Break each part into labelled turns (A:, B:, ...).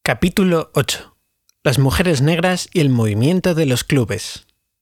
A: Capítulo 8. Las mujeres negras y el movimiento de los clubes.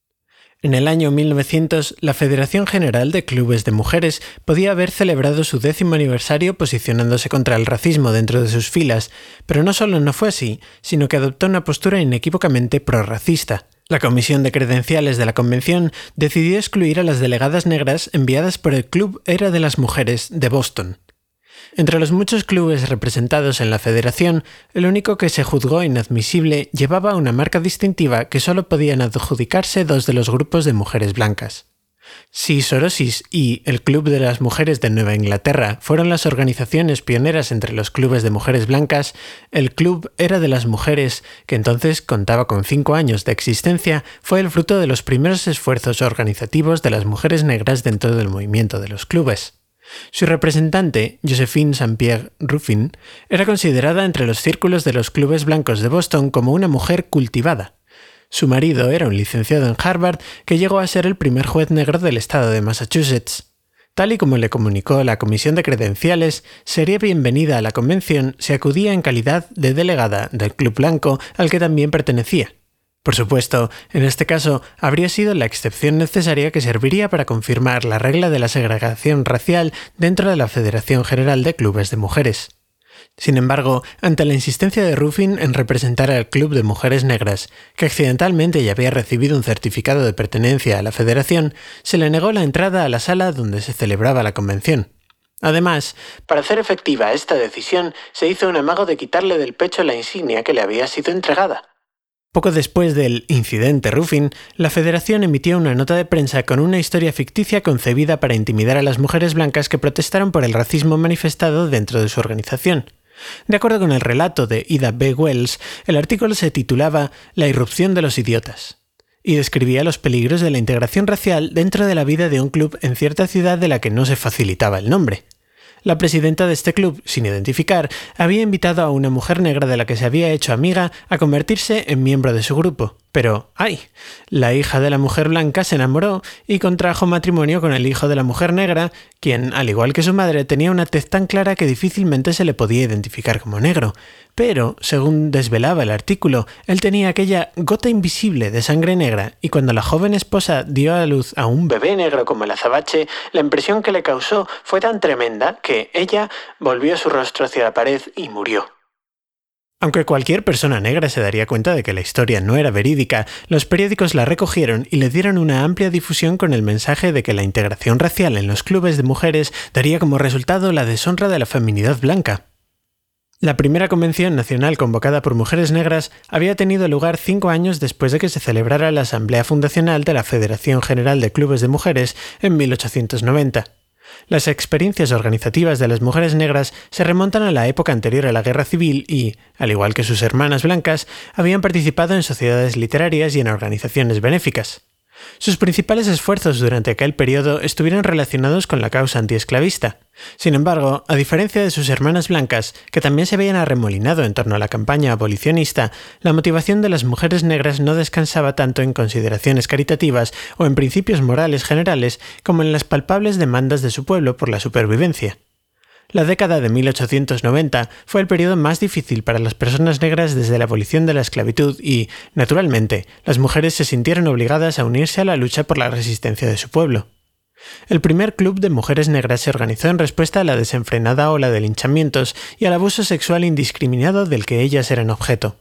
A: En el año 1900, la Federación General de Clubes de Mujeres podía haber celebrado su 10º aniversario posicionándose contra el racismo dentro de sus filas, pero no solo no fue así, sino que adoptó una postura inequívocamente prorracista. La Comisión de Credenciales de la Convención decidió excluir a las delegadas negras enviadas por el Club Era de las Mujeres de Boston. Entre los muchos clubes representados en la federación, el único que se juzgó inadmisible llevaba una marca distintiva que solo podían adjudicarse 2 de los grupos de mujeres blancas. Si Sorosis y el Club de las Mujeres de Nueva Inglaterra fueron las organizaciones pioneras entre los clubes de mujeres blancas, el Club Era de las Mujeres, que entonces contaba con 5 años de existencia, fue el fruto de los primeros esfuerzos organizativos de las mujeres negras dentro del movimiento de los clubes. Su representante, Josephine St. Pierre Ruffin, era considerada entre los círculos de los clubes blancos de Boston como una mujer cultivada. Su marido era un licenciado en Harvard que llegó a ser el primer juez negro del estado de Massachusetts. Tal y como le comunicó la Comisión de Credenciales, sería bienvenida a la convención si acudía en calidad de delegada del Club Blanco al que también pertenecía. Por supuesto, en este caso, habría sido la excepción necesaria que serviría para confirmar la regla de la segregación racial dentro de la Federación General de Clubes de Mujeres. Sin embargo, ante la insistencia de Ruffin en representar al Club de Mujeres Negras, que accidentalmente ya había recibido un certificado de pertenencia a la Federación, se le negó la entrada a la sala donde se celebraba la convención. Además, para hacer efectiva esta decisión, se hizo un amago de quitarle del pecho la insignia que le había sido entregada. Poco después del incidente Ruffin, la Federación emitió una nota de prensa con una historia ficticia concebida para intimidar a las mujeres blancas que protestaron por el racismo manifestado dentro de su organización. De acuerdo con el relato de Ida B. Wells, el artículo se titulaba «La irrupción de los idiotas» y describía los peligros de la integración racial dentro de la vida de un club en cierta ciudad de la que no se facilitaba el nombre. La presidenta de este club, sin identificar, había invitado a una mujer negra de la que se había hecho amiga a convertirse en miembro de su grupo. Pero, ¡ay!, la hija de la mujer blanca se enamoró y contrajo matrimonio con el hijo de la mujer negra, quien, al igual que su madre, tenía una tez tan clara que difícilmente se le podía identificar como negro. Pero, según desvelaba el artículo, él tenía aquella gota invisible de sangre negra y cuando la joven esposa dio a luz a un bebé negro como el azabache, la impresión que le causó fue tan tremenda que ella volvió su rostro hacia la pared y murió. Aunque cualquier persona negra se daría cuenta de que la historia no era verídica, los periódicos la recogieron y le dieron una amplia difusión con el mensaje de que la integración racial en los clubes de mujeres daría como resultado la deshonra de la feminidad blanca. La primera convención nacional convocada por mujeres negras había tenido lugar 5 años después de que se celebrara la Asamblea Fundacional de la Federación General de Clubes de Mujeres en 1890. Las experiencias organizativas de las mujeres negras se remontan a la época anterior a la Guerra Civil y, al igual que sus hermanas blancas, habían participado en sociedades literarias y en organizaciones benéficas. Sus principales esfuerzos durante aquel periodo estuvieron relacionados con la causa antiesclavista. Sin embargo, a diferencia de sus hermanas blancas, que también se habían arremolinado en torno a la campaña abolicionista, la motivación de las mujeres negras no descansaba tanto en consideraciones caritativas o en principios morales generales como en las palpables demandas de su pueblo por la supervivencia. La década de 1890 fue el periodo más difícil para las personas negras desde la abolición de la esclavitud y, naturalmente, las mujeres se sintieron obligadas a unirse a la lucha por la resistencia de su pueblo. El primer club de mujeres negras se organizó en respuesta a la desenfrenada ola de linchamientos y al abuso sexual indiscriminado del que ellas eran objeto.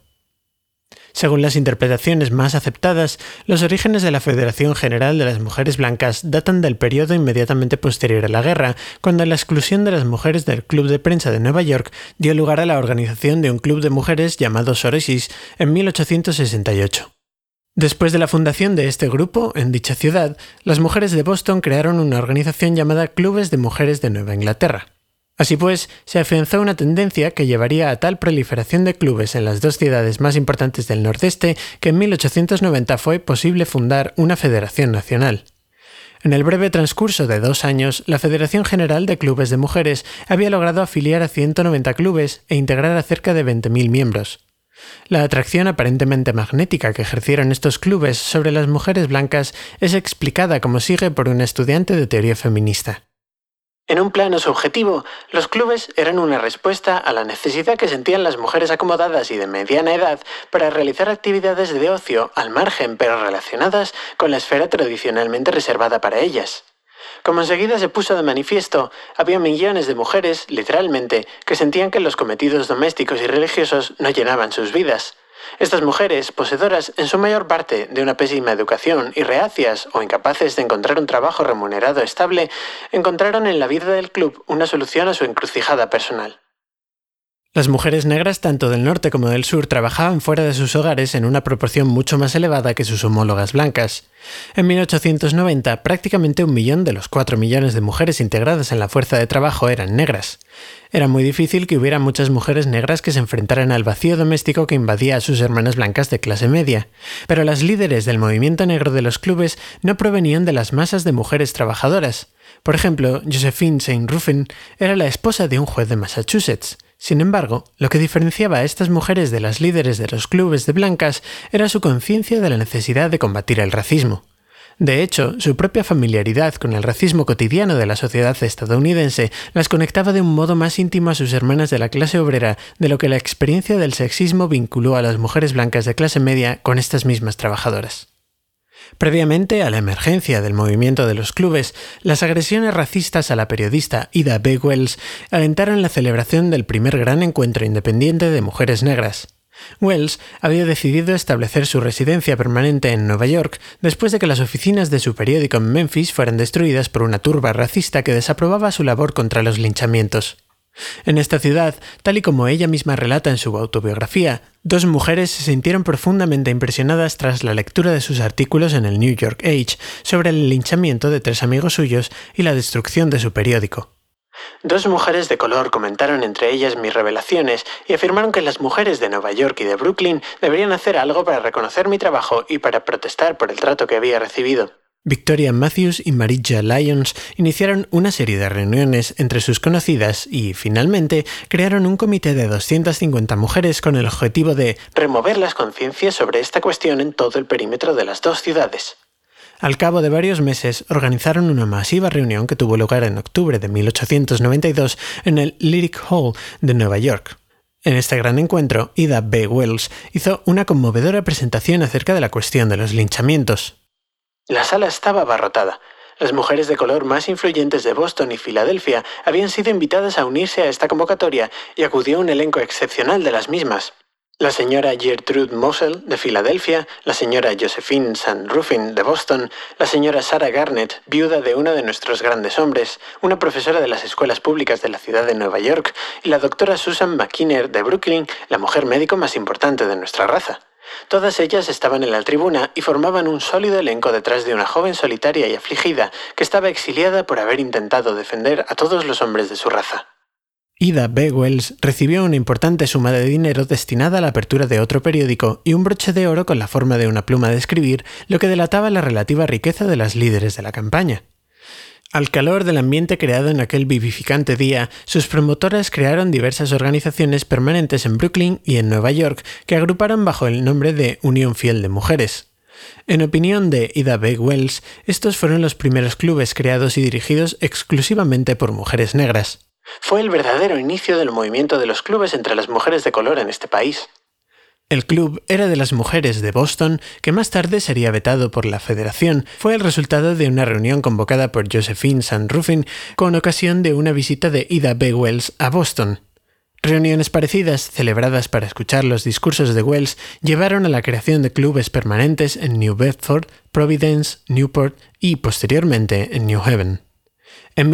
A: Según las interpretaciones más aceptadas, los orígenes de la Federación General de las Mujeres Blancas datan del periodo inmediatamente posterior a la guerra, cuando la exclusión de las mujeres del Club de Prensa de Nueva York dio lugar a la organización de un club de mujeres llamado Sorosis en 1868. Después de la fundación de este grupo en dicha ciudad, las mujeres de Boston crearon una organización llamada Clubes de Mujeres de Nueva Inglaterra. Así pues, se afianzó una tendencia que llevaría a tal proliferación de clubes en las 2 ciudades más importantes del Nordeste que en 1890 fue posible fundar una federación nacional. En el breve transcurso de 2 años, la Federación General de Clubes de Mujeres había logrado afiliar a 190 clubes e integrar a cerca de 20.000 miembros. La atracción aparentemente magnética que ejercieron estos clubes sobre las mujeres blancas es explicada como sigue por una estudiante de teoría feminista. En un plano subjetivo, los clubes eran una respuesta a la necesidad que sentían las mujeres acomodadas y de mediana edad para realizar actividades de ocio al margen pero relacionadas con la esfera tradicionalmente reservada para ellas. Como enseguida se puso de manifiesto, había millones de mujeres, literalmente, que sentían que los cometidos domésticos y religiosos no llenaban sus vidas. Estas mujeres, poseedoras en su mayor parte de una pésima educación y reacias o incapaces de encontrar un trabajo remunerado estable, encontraron en la vida del club una solución a su encrucijada personal. Las mujeres negras tanto del norte como del sur trabajaban fuera de sus hogares en una proporción mucho más elevada que sus homólogas blancas. En 1890, prácticamente 1 millón de los 4 millones de mujeres integradas en la fuerza de trabajo eran negras. Era muy difícil que hubiera muchas mujeres negras que se enfrentaran al vacío doméstico que invadía a sus hermanas blancas de clase media, pero las líderes del movimiento negro de los clubes no provenían de las masas de mujeres trabajadoras. Por ejemplo, Josephine St. Ruffin era la esposa de un juez de Massachusetts. Sin embargo, lo que diferenciaba a estas mujeres de las líderes de los clubes de blancas era su conciencia de la necesidad de combatir el racismo. De hecho, su propia familiaridad con el racismo cotidiano de la sociedad estadounidense las conectaba de un modo más íntimo a sus hermanas de la clase obrera de lo que la experiencia del sexismo vinculó a las mujeres blancas de clase media con estas mismas trabajadoras. Previamente a la emergencia del movimiento de los clubes, las agresiones racistas a la periodista Ida B. Wells alentaron la celebración del primer gran encuentro independiente de mujeres negras. Wells había decidido establecer su residencia permanente en Nueva York después de que las oficinas de su periódico en Memphis fueran destruidas por una turba racista que desaprobaba su labor contra los linchamientos. En esta ciudad, tal y como ella misma relata en su autobiografía, 2 mujeres se sintieron profundamente impresionadas tras la lectura de sus artículos en el New York Age sobre el linchamiento de 3 amigos suyos y la destrucción de su periódico. 2 mujeres de color comentaron entre ellas mis revelaciones y afirmaron que las mujeres de Nueva York y de Brooklyn deberían hacer algo para reconocer mi trabajo y para protestar por el trato que había recibido. Victoria Matthews y Marija Lyons iniciaron una serie de reuniones entre sus conocidas y, finalmente, crearon un comité de 250 mujeres con el objetivo de remover las conciencias sobre esta cuestión en todo el perímetro de las 2 ciudades. Al cabo de varios meses, organizaron una masiva reunión que tuvo lugar en octubre de 1892 en el Lyric Hall de Nueva York. En este gran encuentro, Ida B. Wells hizo una conmovedora presentación acerca de la cuestión de los linchamientos. La sala estaba abarrotada. Las mujeres de color más influyentes de Boston y Filadelfia habían sido invitadas a unirse a esta convocatoria y acudió un elenco excepcional de las mismas. La señora Gertrude Mosel, de Filadelfia, la señora Josephine St. Ruffin, de Boston, la señora Sarah Garnett, viuda de uno de nuestros grandes hombres, una profesora de las escuelas públicas de la ciudad de Nueva York, y la doctora Susan McKinner, de Brooklyn, la mujer médico más importante de nuestra raza. Todas ellas estaban en la tribuna y formaban un sólido elenco detrás de una joven solitaria y afligida que estaba exiliada por haber intentado defender a todos los hombres de su raza. Ida B. Wells recibió una importante suma de dinero destinada a la apertura de otro periódico y un broche de oro con la forma de una pluma de escribir, lo que delataba la relativa riqueza de las líderes de la campaña. Al calor del ambiente creado en aquel vivificante día, sus promotoras crearon diversas organizaciones permanentes en Brooklyn y en Nueva York que agruparon bajo el nombre de Unión Fiel de Mujeres. En opinión de Ida B. Wells, estos fueron los primeros clubes creados y dirigidos exclusivamente por mujeres negras. Fue el verdadero inicio del movimiento de los clubes entre las mujeres de color en este país. El club era de las mujeres de Boston, que más tarde sería vetado por la Federación. Fue el resultado de una reunión convocada por Josephine St. Ruffin con ocasión de una visita de Ida B. Wells a Boston. Reuniones parecidas, celebradas para escuchar los discursos de Wells, llevaron a la creación de clubes permanentes en New Bedford, Providence, Newport y, posteriormente, en New Haven. En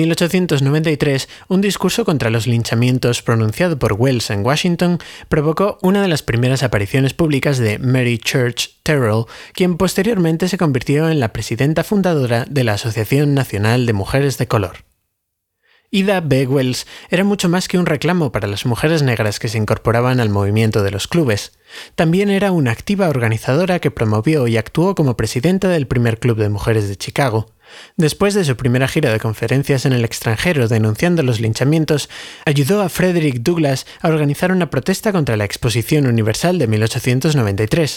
A: 1893, un discurso contra los linchamientos pronunciado por Wells en Washington provocó una de las primeras apariciones públicas de Mary Church Terrell, quien posteriormente se convirtió en la presidenta fundadora de la Asociación Nacional de Mujeres de Color. Ida B. Wells era mucho más que un reclamo para las mujeres negras que se incorporaban al movimiento de los clubes. También era una activa organizadora que promovió y actuó como presidenta del primer club de mujeres de Chicago. Después de su primera gira de conferencias en el extranjero denunciando los linchamientos, ayudó a Frederick Douglass a organizar una protesta contra la Exposición Universal de 1893.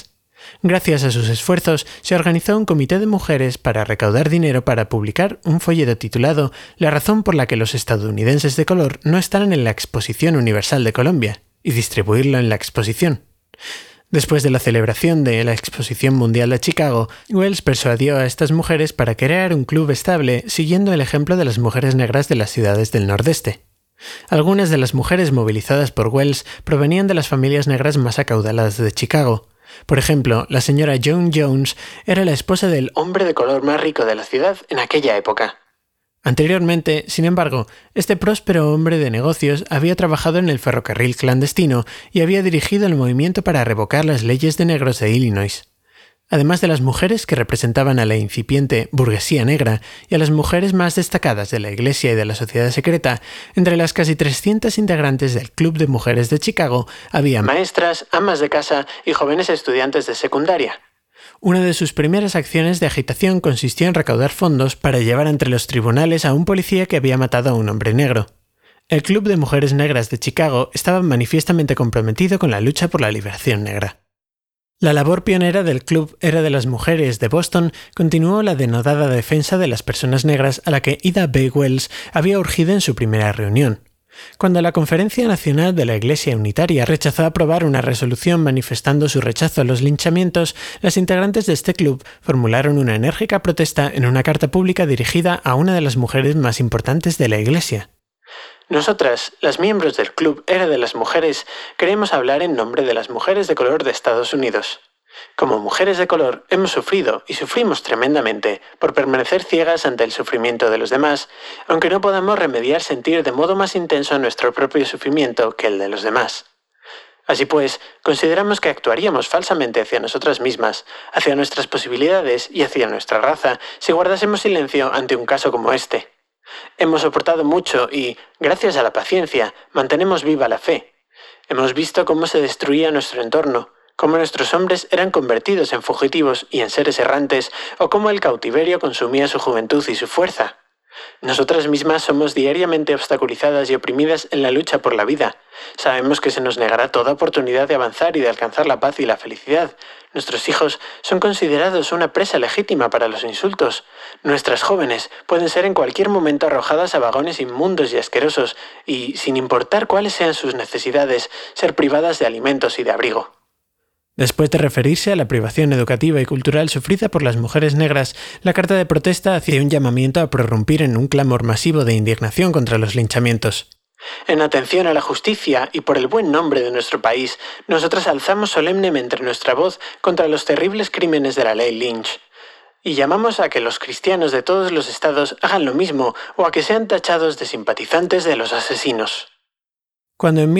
A: Gracias a sus esfuerzos, se organizó un comité de mujeres para recaudar dinero para publicar un folleto titulado La razón por la que los estadounidenses de color no están en la Exposición Universal de Colombia, y distribuirlo en la exposición. Después de la celebración de la Exposición Mundial de Chicago, Wells persuadió a estas mujeres para crear un club estable siguiendo el ejemplo de las mujeres negras de las ciudades del Nordeste. Algunas de las mujeres movilizadas por Wells provenían de las familias negras más acaudaladas de Chicago. Por ejemplo, la señora Joan Jones era la esposa del hombre de color más rico de la ciudad en aquella época. Anteriormente, sin embargo, este próspero hombre de negocios había trabajado en el ferrocarril clandestino y había dirigido el movimiento para revocar las leyes de negros de Illinois. Además de las mujeres que representaban a la incipiente burguesía negra y a las mujeres más destacadas de la Iglesia y de la sociedad secreta, entre las casi 300 integrantes del Club de Mujeres de Chicago había maestras, amas de casa y jóvenes estudiantes de secundaria. Una de sus primeras acciones de agitación consistió en recaudar fondos para llevar ante los tribunales a un policía que había matado a un hombre negro. El Club de Mujeres Negras de Chicago estaba manifiestamente comprometido con la lucha por la liberación negra. La labor pionera del club era de las mujeres de Boston, continuó la denodada defensa de las personas negras a la que Ida B. Wells había urgido en su primera reunión. Cuando la Conferencia Nacional de la Iglesia Unitaria rechazó aprobar una resolución manifestando su rechazo a los linchamientos, las integrantes de este club formularon una enérgica protesta en una carta pública dirigida a una de las mujeres más importantes de la Iglesia. Nosotras, las miembros del Club Era de las Mujeres, queremos hablar en nombre de las mujeres de color de Estados Unidos. Como mujeres de color hemos sufrido y sufrimos tremendamente por permanecer ciegas ante el sufrimiento de los demás, aunque no podamos remediar sentir de modo más intenso nuestro propio sufrimiento que el de los demás. Así pues, consideramos que actuaríamos falsamente hacia nosotras mismas, hacia nuestras posibilidades y hacia nuestra raza si guardásemos silencio ante un caso como este. Hemos soportado mucho y, gracias a la paciencia, mantenemos viva la fe. Hemos visto cómo se destruía nuestro entorno, cómo nuestros hombres eran convertidos en fugitivos y en seres errantes, o cómo el cautiverio consumía su juventud y su fuerza. Nosotras mismas somos diariamente obstaculizadas y oprimidas en la lucha por la vida. Sabemos que se nos negará toda oportunidad de avanzar y de alcanzar la paz y la felicidad. Nuestros hijos son considerados una presa legítima para los insultos. Nuestras jóvenes pueden ser en cualquier momento arrojadas a vagones inmundos y asquerosos y, sin importar cuáles sean sus necesidades, ser privadas de alimentos y de abrigo. Después de referirse a la privación educativa y cultural sufrida por las mujeres negras, la carta de protesta hacía un llamamiento a prorrumpir en un clamor masivo de indignación contra los linchamientos. En atención a la justicia y por el buen nombre de nuestro país, nosotras alzamos solemnemente nuestra voz contra los terribles crímenes de la ley Lynch. Y llamamos a que los cristianos de todos los estados hagan lo mismo o a que sean tachados de simpatizantes de los asesinos. Cuando en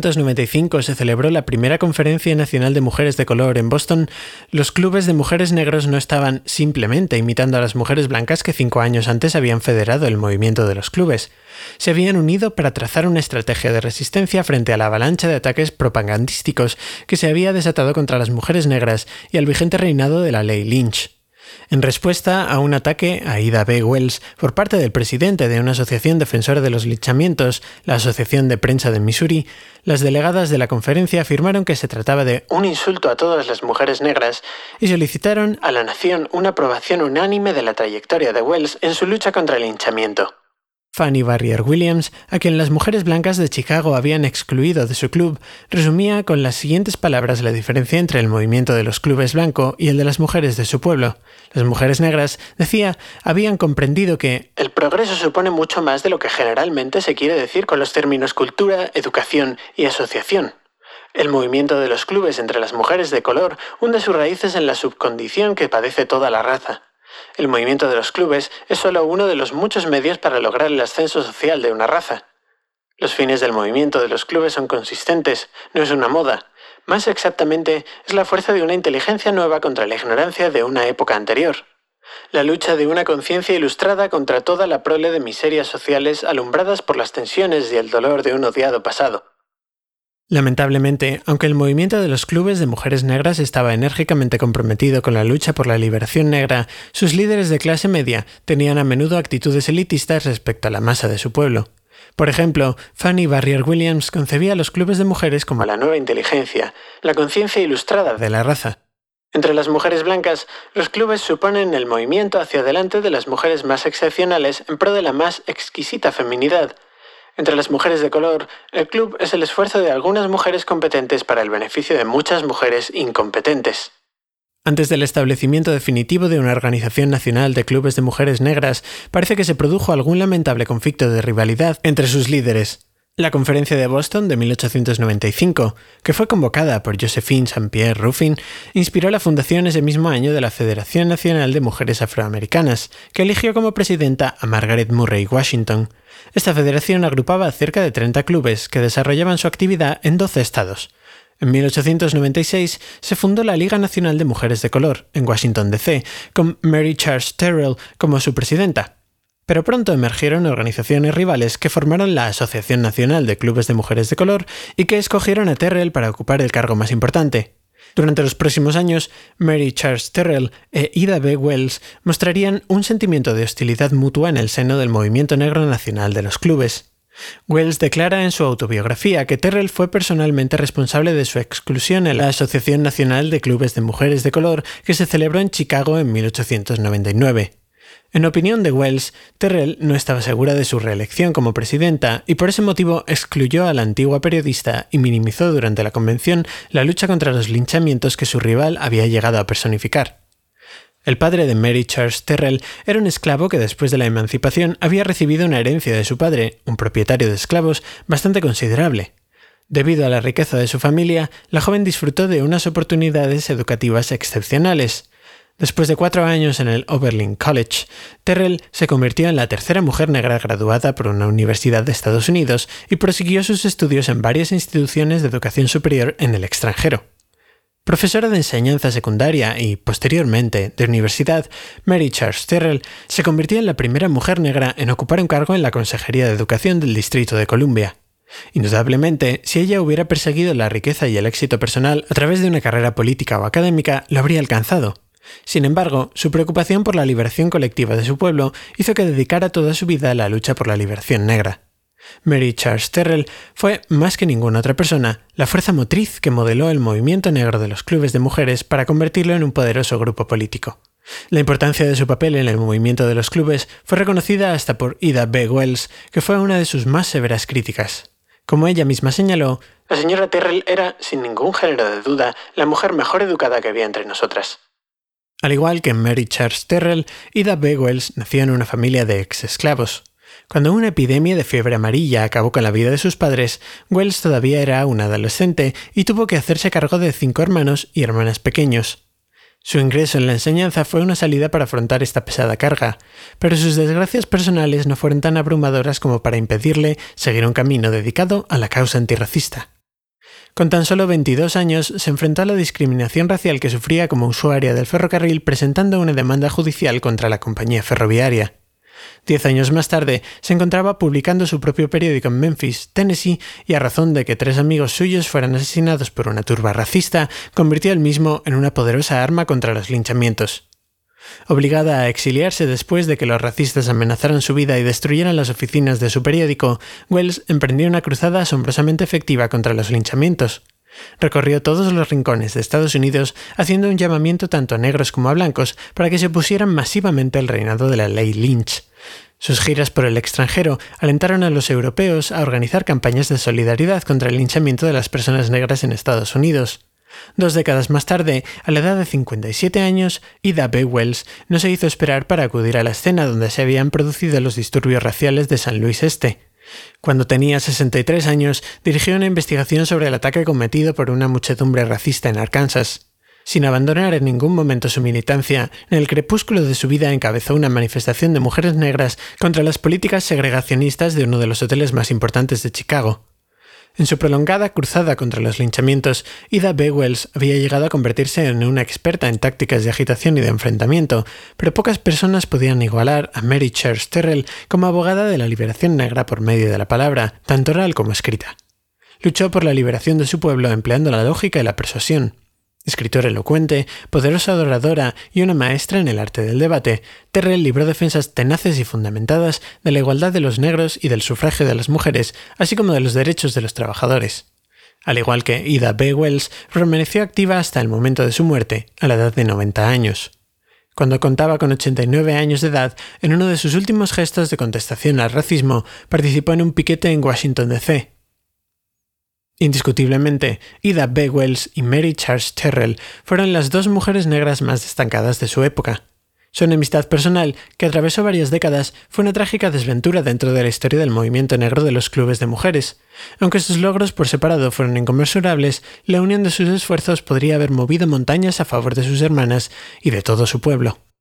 A: 1895 se celebró la primera Conferencia Nacional de Mujeres de Color en Boston, los clubes de mujeres negros no estaban simplemente imitando a las mujeres blancas que 5 años antes habían federado el movimiento de los clubes. Se habían unido para trazar una estrategia de resistencia frente a la avalancha de ataques propagandísticos que se había desatado contra las mujeres negras y al vigente reinado de la ley Lynch. En respuesta a un ataque a Ida B. Wells por parte del presidente de una asociación defensora de los linchamientos, la Asociación de Prensa de Missouri, las delegadas de la conferencia afirmaron que se trataba de un insulto a todas las mujeres negras y solicitaron a la nación una aprobación unánime de la trayectoria de Wells en su lucha contra el linchamiento. Fanny Barrier Williams, a quien las mujeres blancas de Chicago habían excluido de su club, resumía con las siguientes palabras la diferencia entre el movimiento de los clubes blanco y el de las mujeres de su pueblo. Las mujeres negras, decía, habían comprendido que el progreso supone mucho más de lo que generalmente se quiere decir con los términos cultura, educación y asociación. El movimiento de los clubes entre las mujeres de color hunde sus raíces en la subcondición que padece toda la raza. El movimiento de los clubes es solo uno de los muchos medios para lograr el ascenso social de una raza. Los fines del movimiento de los clubes son consistentes, no es una moda. Más exactamente, es la fuerza de una inteligencia nueva contra la ignorancia de una época anterior. La lucha de una conciencia ilustrada contra toda la prole de miserias sociales alumbradas por las tensiones y el dolor de un odiado pasado. Lamentablemente, aunque el movimiento de los clubes de mujeres negras estaba enérgicamente comprometido con la lucha por la liberación negra, sus líderes de clase media tenían a menudo actitudes elitistas respecto a la masa de su pueblo. Por ejemplo, Fanny Barrier Williams concebía a los clubes de mujeres como la nueva inteligencia, la conciencia ilustrada de la raza. Entre las mujeres blancas, los clubes suponen el movimiento hacia adelante de las mujeres más excepcionales en pro de la más exquisita feminidad. Entre las mujeres de color, el club es el esfuerzo de algunas mujeres competentes para el beneficio de muchas mujeres incompetentes. Antes del establecimiento definitivo de una organización nacional de clubes de mujeres negras, parece que se produjo algún lamentable conflicto de rivalidad entre sus líderes. La Conferencia de Boston de 1895, que fue convocada por Josephine St. Pierre Ruffin, inspiró la fundación ese mismo año de la Federación Nacional de Mujeres Afroamericanas, que eligió como presidenta a Margaret Murray Washington. Esta federación agrupaba a cerca de 30 clubes que desarrollaban su actividad en 12 estados. En 1896 se fundó la Liga Nacional de Mujeres de Color, en Washington, D.C., con Mary Charles Terrell como su presidenta. Pero pronto emergieron organizaciones rivales que formaron la Asociación Nacional de Clubes de Mujeres de Color y que escogieron a Terrell para ocupar el cargo más importante. Durante los próximos años, Mary Charles Terrell e Ida B. Wells mostrarían un sentimiento de hostilidad mutua en el seno del movimiento negro nacional de los clubes. Wells declara en su autobiografía que Terrell fue personalmente responsable de su exclusión en la Asociación Nacional de Clubes de Mujeres de Color que se celebró en Chicago en 1899. En opinión de Wells, Terrell no estaba segura de su reelección como presidenta y por ese motivo excluyó a la antigua periodista y minimizó durante la convención la lucha contra los linchamientos que su rival había llegado a personificar. El padre de Mary Charles Terrell era un esclavo que después de la emancipación había recibido una herencia de su padre, un propietario de esclavos, bastante considerable. Debido a la riqueza de su familia, la joven disfrutó de unas oportunidades educativas excepcionales. Después de 4 años en el Oberlin College, Terrell se convirtió en la tercera mujer negra graduada por una universidad de Estados Unidos y prosiguió sus estudios en varias instituciones de educación superior en el extranjero. Profesora de enseñanza secundaria y, posteriormente, de universidad, Mary Charles Terrell se convirtió en la primera mujer negra en ocupar un cargo en la Consejería de Educación del Distrito de Columbia. Indudablemente, si ella hubiera perseguido la riqueza y el éxito personal a través de una carrera política o académica, lo habría alcanzado. Sin embargo, su preocupación por la liberación colectiva de su pueblo hizo que dedicara toda su vida a la lucha por la liberación negra. Mary Charles Terrell fue, más que ninguna otra persona, la fuerza motriz que modeló el movimiento negro de los clubes de mujeres para convertirlo en un poderoso grupo político. La importancia de su papel en el movimiento de los clubes fue reconocida hasta por Ida B. Wells, que fue una de sus más severas críticas. Como ella misma señaló, la señora Terrell era, sin ningún género de duda, la mujer mejor educada que había entre nosotras. Al igual que Mary Charles Terrell, Ida B. Wells nació en una familia de ex-esclavos. Cuando una epidemia de fiebre amarilla acabó con la vida de sus padres, Wells todavía era una adolescente y tuvo que hacerse cargo de 5 hermanos y hermanas pequeños. Su ingreso en la enseñanza fue una salida para afrontar esta pesada carga, pero sus desgracias personales no fueron tan abrumadoras como para impedirle seguir un camino dedicado a la causa antirracista. Con tan solo 22 años se enfrentó a la discriminación racial que sufría como usuaria del ferrocarril presentando una demanda judicial contra la compañía ferroviaria. 10 años más tarde se encontraba publicando su propio periódico en Memphis, Tennessee, y a razón de que 3 amigos suyos fueran asesinados por una turba racista, convirtió el mismo en una poderosa arma contra los linchamientos. Obligada a exiliarse después de que los racistas amenazaran su vida y destruyeran las oficinas de su periódico, Wells emprendió una cruzada asombrosamente efectiva contra los linchamientos. Recorrió todos los rincones de Estados Unidos haciendo un llamamiento tanto a negros como a blancos para que se opusieran masivamente al reinado de la ley Lynch. Sus giras por el extranjero alentaron a los europeos a organizar campañas de solidaridad contra el linchamiento de las personas negras en Estados Unidos. 2 décadas más tarde, a la edad de 57 años, Ida B. Wells no se hizo esperar para acudir a la escena donde se habían producido los disturbios raciales de San Luis Este. Cuando tenía 63 años, dirigió una investigación sobre el ataque cometido por una muchedumbre racista en Arkansas. Sin abandonar en ningún momento su militancia, en el crepúsculo de su vida encabezó una manifestación de mujeres negras contra las políticas segregacionistas de uno de los hoteles más importantes de Chicago. En su prolongada cruzada contra los linchamientos, Ida B. Wells había llegado a convertirse en una experta en tácticas de agitación y de enfrentamiento, pero pocas personas podían igualar a Mary Charles Terrell como abogada de la liberación negra por medio de la palabra, tanto oral como escrita. Luchó por la liberación de su pueblo empleando la lógica y la persuasión. Escritora elocuente, poderosa oradora y una maestra en el arte del debate, Terrell libró defensas tenaces y fundamentadas de la igualdad de los negros y del sufragio de las mujeres, así como de los derechos de los trabajadores. Al igual que Ida B. Wells, permaneció activa hasta el momento de su muerte, a la edad de 90 años. Cuando contaba con 89 años de edad, en uno de sus últimos gestos de contestación al racismo, participó en un piquete en Washington, D.C. Indiscutiblemente, Ida B. Wells y Mary Charles Terrell fueron las dos mujeres negras más destacadas de su época. Su enemistad personal, que atravesó varias décadas, fue una trágica desventura dentro de la historia del movimiento negro de los clubes de mujeres. Aunque sus logros por separado fueron inconmensurables, la unión de sus esfuerzos podría haber movido montañas a favor de sus hermanas y de todo su pueblo.